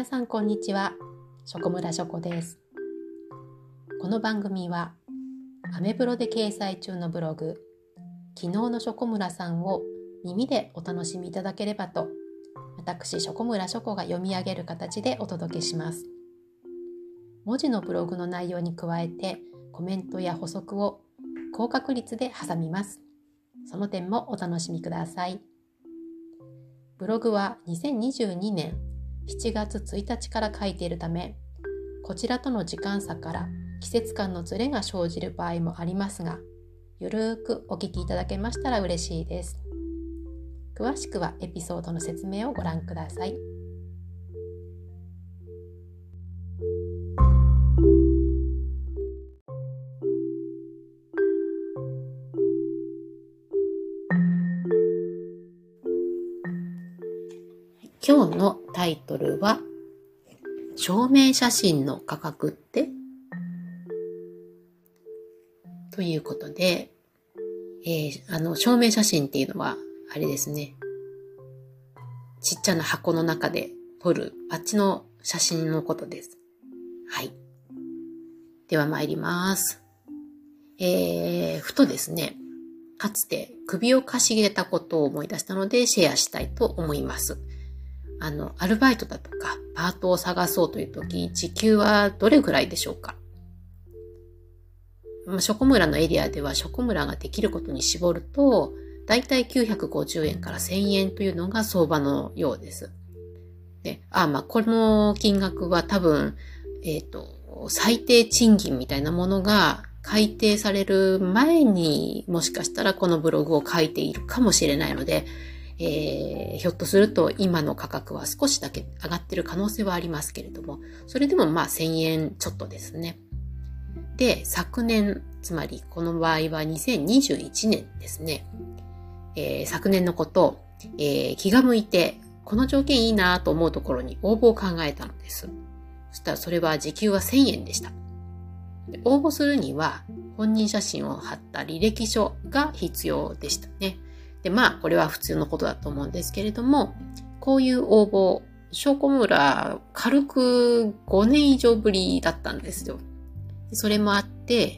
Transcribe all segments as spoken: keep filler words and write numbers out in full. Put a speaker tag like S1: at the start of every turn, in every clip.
S1: さんこんにちは、しょこむらしょこです。この番組はアメブロで掲載中のブログ昨日のしょこむらさんを耳でお楽しみいただければと、私しょこむらしょこが読み上げる形でお届けします。文字のブログの内容に加えてコメントや補足を高確率で挟みます。その点もお楽しみください。ブログはにせんにじゅうにねんしちがつついたちから書いているため、こちらとの時間差から季節感のずれが生じる場合もありますが、ゆるーくお聞きいただけましたら嬉しいです。詳しくはエピソードの説明をご覧ください。今日のタイトルは、証明写真の価格ってということで、えー、あの証明写真っていうのはあれですね、ちっちゃな箱の中で撮るあっちの写真のことです。はい。では参ります。えー、ふとですね、かつて首をかしげたことを思い出したのでシェアしたいと思います。あの、アルバイトだとかパートを探そうというとき、時給はどれぐらいでしょうか。まあ、ショコムラのエリアではショコムラができることに絞ると、だいたいきゅうひゃくごじゅうえんからせんえんというのが相場のようです。で、あ、まあ、この金額は多分、えっと、最低賃金みたいなものが改定される前にもしかしたらこのブログを書いているかもしれないので、えー、ひょっとすると今の価格は少しだけ上がってる可能性はありますけれども、それでもまあせんえんちょっとですね。で、昨年、つまりこの場合はにせんにじゅういちねんですね。えー、昨年のことを、えー、気が向いて、この条件いいなと思うところに応募を考えたのです。そしたらそれは時給はせんえんでした。で、応募するには本人写真を貼った履歴書が必要でしたね。で、まあ、これは普通のことだと思うんですけれども、こういう応募、しょこむら軽くごねん以上ぶりだったんですよ。それもあって、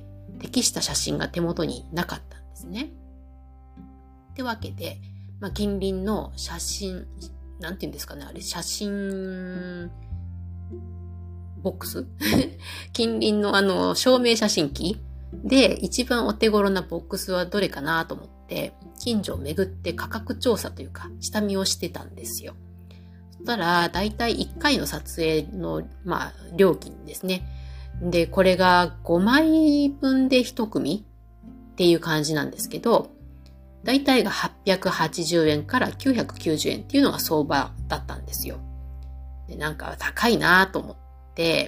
S1: 適した写真が手元になかったんですね。ってわけで、まあ、近隣の写真、なんていうんですかね、あれ、写真、ボックス近隣のあの、証明写真機で一番お手頃なボックスはどれかなと思って、近所を巡って価格調査というか、下見をしてたんですよ。そしたら、だいたいいっかいの撮影の、まあ、料金ですね。で、これがごまいぶんでいち組っていう感じなんですけど、だいたいがはっぴゃくはちじゅうえんからきゅうひゃくきゅうじゅうえんっていうのが相場だったんですよ。で、なんか高いなと思って、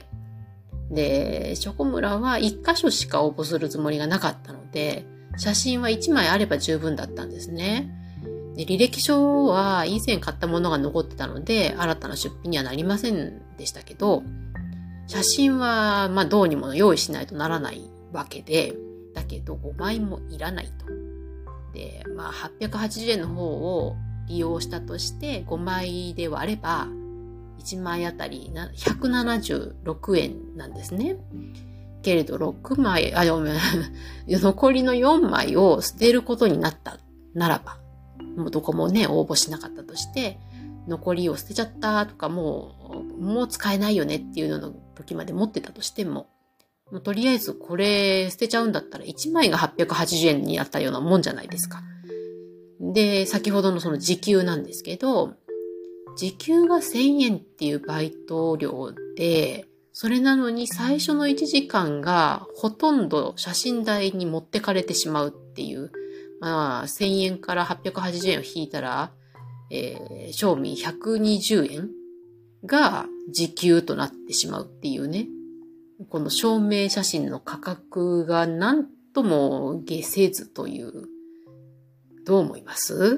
S1: で、ショコムラはいっかしょしか応募するつもりがなかったので、写真はいちまいあれば十分だったんですね。で、履歴書は以前買ったものが残ってたので、新たな出品にはなりませんでしたけど、写真はまあどうにも用意しないとならないわけで、だけどごまいもいらないと。で、まあはっぴゃくはちじゅうえんの方を利用したとしてごまいで割ればいちまいあたりひゃくななじゅうろくえんなんですね。けれどろくまい、あ、ごめん、残りのよんまいを捨てることになったならば、もうどこもね、応募しなかったとして、残りを捨てちゃったとか、もう、もう使えないよねっていうのの時まで持ってたとしても、もうとりあえずこれ捨てちゃうんだったらいちまいがはっぴゃくはちじゅうえんになったようなもんじゃないですか。で、先ほどのその時給なんですけど、時給がせんえんっていうバイト料で、それなのに最初のいちじかんがほとんど写真代に持ってかれてしまうっていう、まあ、せんえんからはっぴゃくはちじゅうえんを引いたら、えー、賞味ひゃくにじゅうえんが時給となってしまうっていうね。この証明写真の価格がなんとも下せずという、どう思います？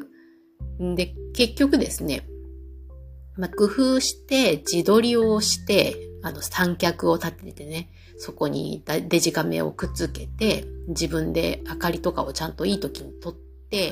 S1: で、結局ですね、まあ、工夫して自撮りをして、あの三脚を立ててね、そこにデジカメをくっつけて、自分で明かりとかをちゃんといい時に撮って、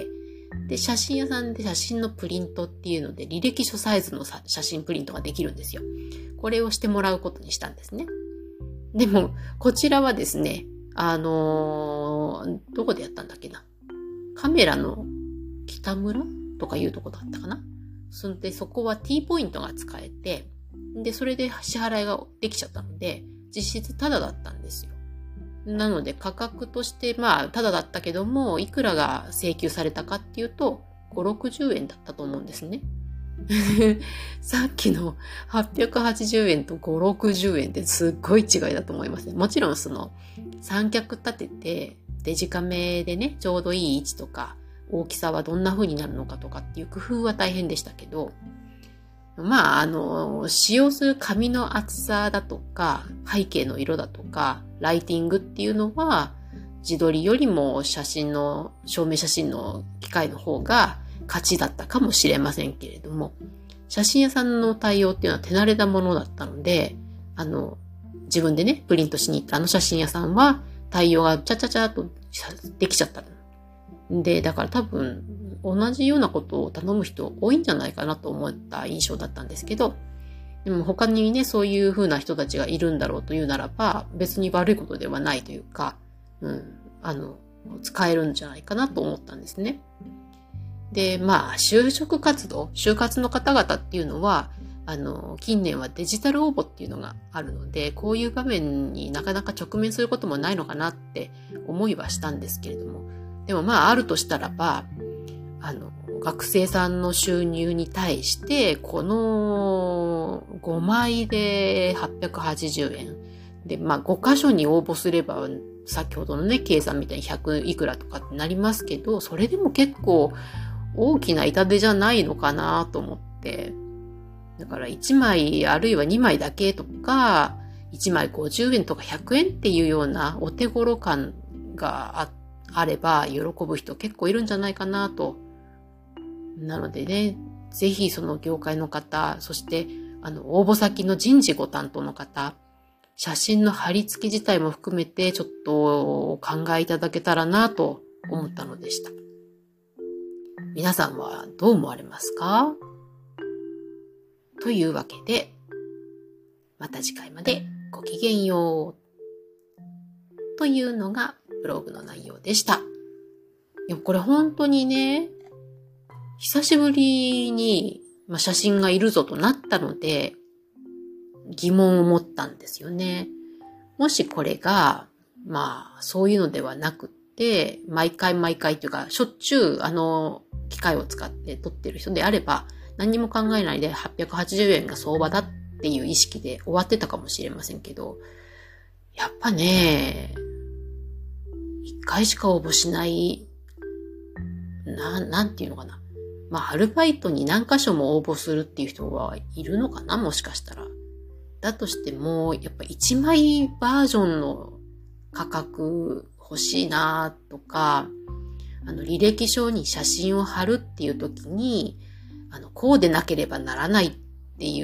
S1: で、写真屋さんで写真のプリントっていうので、履歴書サイズの写真プリントができるんですよ。これをしてもらうことにしたんですね。でも、こちらはですね、あのー、どこでやったんだっけな。カメラの北村とかいうとこだったかな。そんで、そこは T ポイントが使えて、で、それで支払いができちゃったので、実質タダだったんですよ。なので価格としてまあタダだったけども、いくらが請求されたかっていうとごひゃくろくじゅうえんだったと思うんですね。さっきのはっぴゃくはちじゅうえんとごひゃくろくじゅうえんってすっごい違いだと思いますね。もちろんその三脚立ててデジカメでね、ちょうどいい位置とか大きさはどんな風になるのかとかっていう工夫は大変でしたけど、まあ、あの、使用する紙の厚さだとか、背景の色だとか、ライティングっていうのは、自撮りよりも写真の、証明写真の機械の方が勝ちだったかもしれませんけれども、写真屋さんの対応っていうのは手慣れたものだったので、あの、自分でね、プリントしに行ったあの写真屋さんは、対応がチャチャチャっとできちゃったの。で、だから多分、同じようなことを頼む人多いんじゃないかなと思った印象だったんですけど、でも他にね、そういう風な人たちがいるんだろうというならば、別に悪いことではないというか、うん、あの、使えるんじゃないかなと思ったんですね。で、まあ、就職活動、就活の方々っていうのは、あの、近年はデジタル応募っていうのがあるので、こういう場面になかなか直面することもないのかなって思いはしたんですけれども、でもまあ、あるとしたらば、あの、学生さんの収入に対して、このごまいではっぴゃくはちじゅうえん。で、まあご箇所に応募すれば、先ほどのね、計算みたいにひゃくいくらとかってなりますけど、それでも結構大きな痛手じゃないのかなと思って。だからいちまいあるいはにまいだけとか、いちまいごじゅうえんとかひゃくえんっていうようなお手頃感が あ, あれば喜ぶ人結構いるんじゃないかなと。なのでね、ぜひその業界の方、そしてあの応募先の人事ご担当の方、写真の貼り付け自体も含めてちょっとお考えいただけたらなと思ったのでした。皆さんはどう思われますか？というわけで、また次回までごきげんよう。というのがブログの内容でした。いや、これ本当にね、久しぶりに、まあ、写真がいるぞとなったので、疑問を持ったんですよね。もしこれが、まあ、そういうのではなくって、毎回毎回というか、しょっちゅうあの機械を使って撮ってる人であれば、何にも考えないではっぴゃくはちじゅうえんが相場だっていう意識で終わってたかもしれませんけど、やっぱね、一回しか応募しない、な、なんていうのかな。まあ、アルバイトに何箇所も応募するっていう人はいるのかな、もしかしたら。だとしても、やっぱいちまいバージョンの価格欲しいなとか、あの、履歴書に写真を貼るっていう時に、あの、こうでなければならないっていう、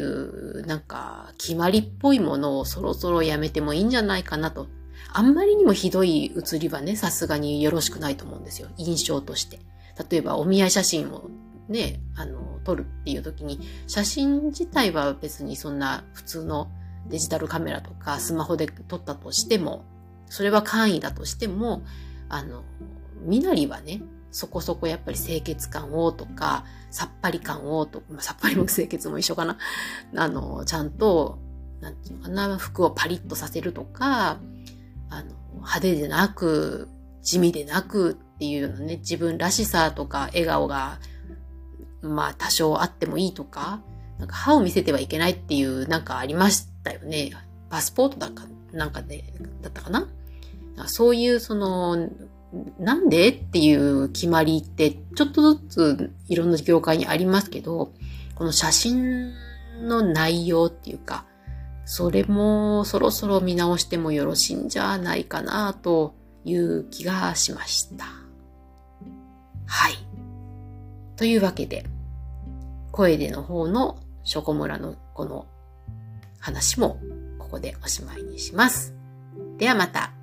S1: なんか、決まりっぽいものをそろそろやめてもいいんじゃないかなと。あんまりにもひどい写りはね、さすがによろしくないと思うんですよ。印象として。例えば、お見合い写真をね、あの、撮るっていう時に、写真自体は別にそんな普通のデジタルカメラとかスマホで撮ったとしても、それは簡易だとしても、あの、身なりはね、そこそこやっぱり清潔感をとか、さっぱり感をとか、まあ、さっぱりも清潔も一緒かな。あの、ちゃんと、なんていうのかな、服をパリッとさせるとか、あの、派手でなく、地味でなくっていうようなね、自分らしさとか笑顔が、まあ多少あってもいいとか、なんか歯を見せてはいけないっていうなんかありましたよね。パスポートだかなんかで、だったかな。そういうその、なんでっていう決まりってちょっとずついろんな業界にありますけど、この写真の内容っていうか、それもそろそろ見直してもよろしいんじゃないかなという気がしました。はい。というわけで、声での方のショコムラのこの話もここでおしまいにします。ではまた。